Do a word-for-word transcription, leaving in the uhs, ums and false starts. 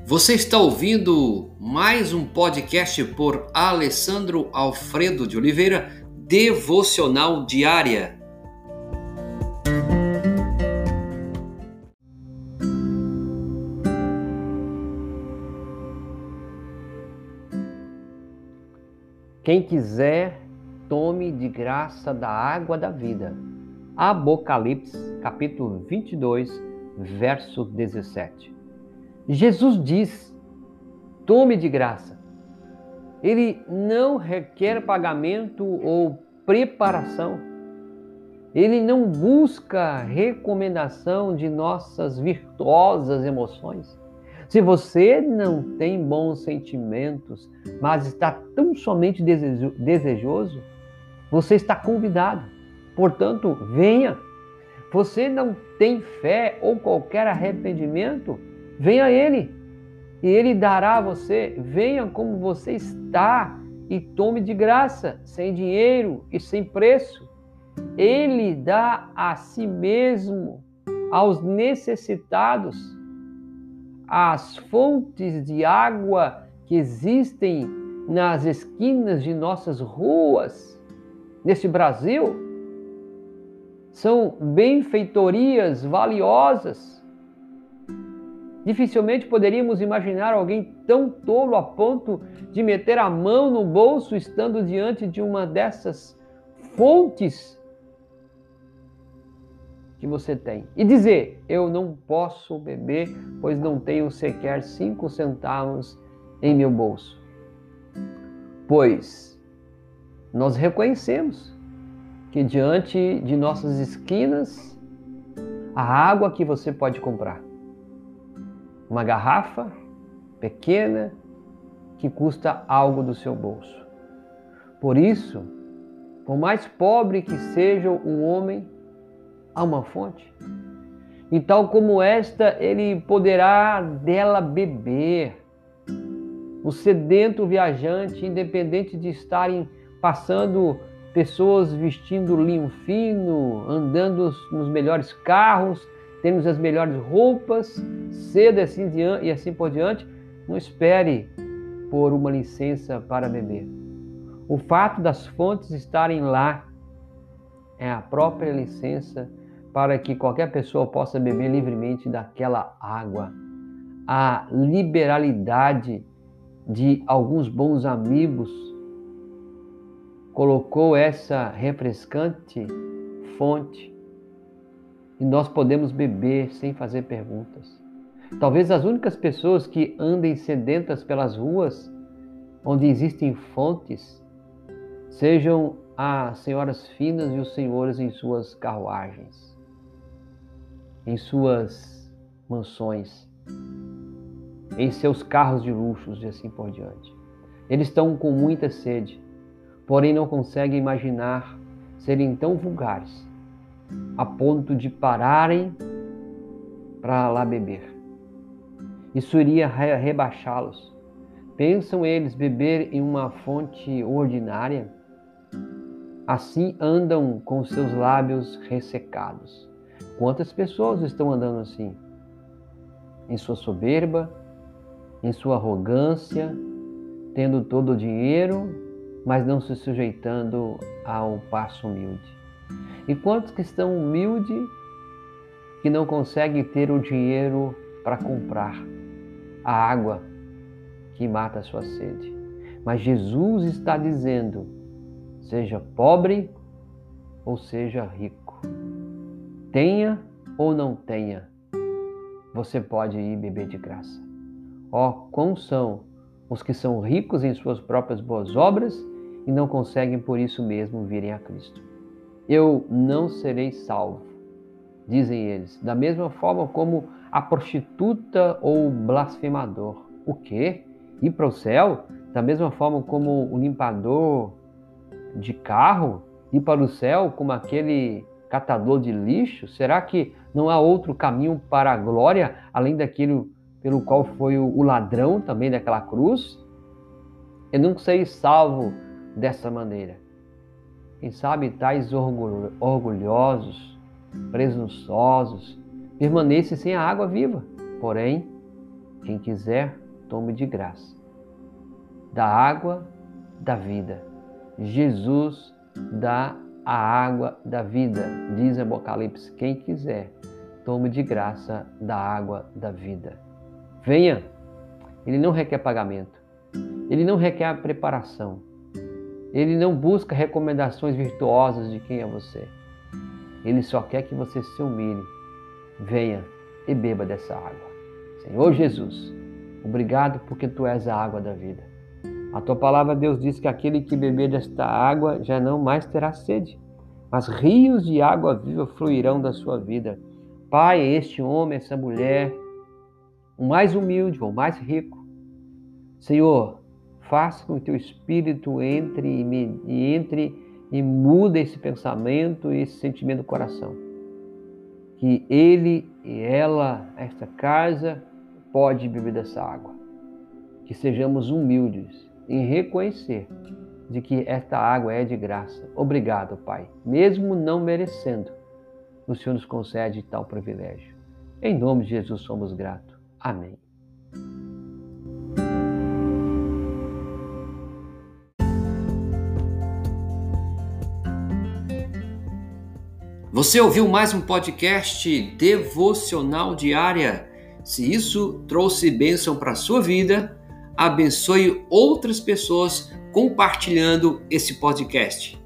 Você está ouvindo mais um podcast por Alessandro Alfredo de Oliveira, Devocional Diária. Quem quiser, tome de graça da água da vida. Apocalipse, capítulo vinte e dois, verso dezessete. Jesus diz, tome de graça. Ele não requer pagamento ou preparação. Ele não busca recomendação de nossas virtuosas emoções. Se você não tem bons sentimentos, mas está tão somente desejoso, você está convidado. Portanto, venha. Você não tem fé ou qualquer arrependimento? Venha a Ele. E Ele dará a você. Venha como você está e tome de graça, sem dinheiro e sem preço. Ele dá a si mesmo, aos necessitados. As fontes de água que existem nas esquinas de nossas ruas, neste Brasil, são benfeitorias valiosas. Dificilmente poderíamos imaginar alguém tão tolo a ponto de meter a mão no bolso estando diante de uma dessas fontes que você tem e dizer, eu não posso beber, pois não tenho sequer cinco centavos em meu bolso. Pois nós reconhecemos que diante de nossas esquinas, a água que você pode comprar, uma garrafa pequena que custa algo do seu bolso. Por isso, por mais pobre que seja um homem, há uma fonte. E tal como esta, ele poderá dela beber. O sedento viajante, independente de estarem passando pessoas vestindo linho fino, andando nos melhores carros, tendo as melhores roupas, cedo assim e assim por diante, não espere por uma licença para beber. O fato das fontes estarem lá é a própria licença para que qualquer pessoa possa beber livremente daquela água. A liberalidade de alguns bons amigos colocou essa refrescante fonte e nós podemos beber sem fazer perguntas. Talvez as únicas pessoas que andem sedentas pelas ruas onde existem fontes sejam as senhoras finas e os senhores em suas carruagens, em suas mansões, em seus carros de luxos e assim por diante. Eles estão com muita sede, porém não conseguem imaginar serem tão vulgares a ponto de pararem para lá beber. Isso iria rebaixá-los. Pensam eles beber em uma fonte ordinária? Assim andam com seus lábios ressecados. Quantas pessoas estão andando assim? Em sua soberba, em sua arrogância, tendo todo o dinheiro, mas não se sujeitando ao passo humilde. E quantos que estão humildes que não conseguem ter o dinheiro para comprar a água que mata a sua sede? Mas Jesus está dizendo, seja pobre ou seja rico, tenha ou não tenha, você pode ir beber de graça. Ó, oh, quão são os que são ricos em suas próprias boas obras e não conseguem por isso mesmo virem a Cristo. Eu não serei salvo, dizem eles, da mesma forma como a prostituta ou o blasfemador. O quê? Ir para o céu? Da mesma forma como o limpador de carro? Ir para o céu como aquele catador de lixo? Será que não há outro caminho para a glória, além daquilo pelo qual foi o ladrão também daquela cruz? Eu não serei salvo dessa maneira. Quem sabe tais orgulhosos, presunçosos, permanecem sem a água viva. Porém, Quem quiser, tome de graça. Da água da vida. Jesus dá a água da vida. Diz Apocalipse, quem quiser, tome de graça da água da vida. Venha. Ele não requer pagamento. Ele não requer preparação. Ele não busca recomendações virtuosas de quem é você. Ele só quer que você se humilhe. Venha e beba dessa água. Senhor Jesus, obrigado porque Tu és a água da vida. A Tua palavra, Deus, diz que aquele que beber desta água já não mais terá sede, mas rios de água viva fluirão da sua vida. Pai, este homem, essa mulher, o mais humilde ou o mais rico, Senhor, faça com que o Teu Espírito entre e, me, e entre e mude esse pensamento e esse sentimento do coração. Que ele e ela, esta casa, pode beber dessa água. Que sejamos humildes em reconhecer de que esta água é de graça. Obrigado, Pai. Mesmo não merecendo, o Senhor nos concede tal privilégio. Em nome de Jesus somos gratos. Amém. Você ouviu mais um podcast devocional diária? Se isso trouxe bênção para a sua vida, abençoe outras pessoas compartilhando esse podcast.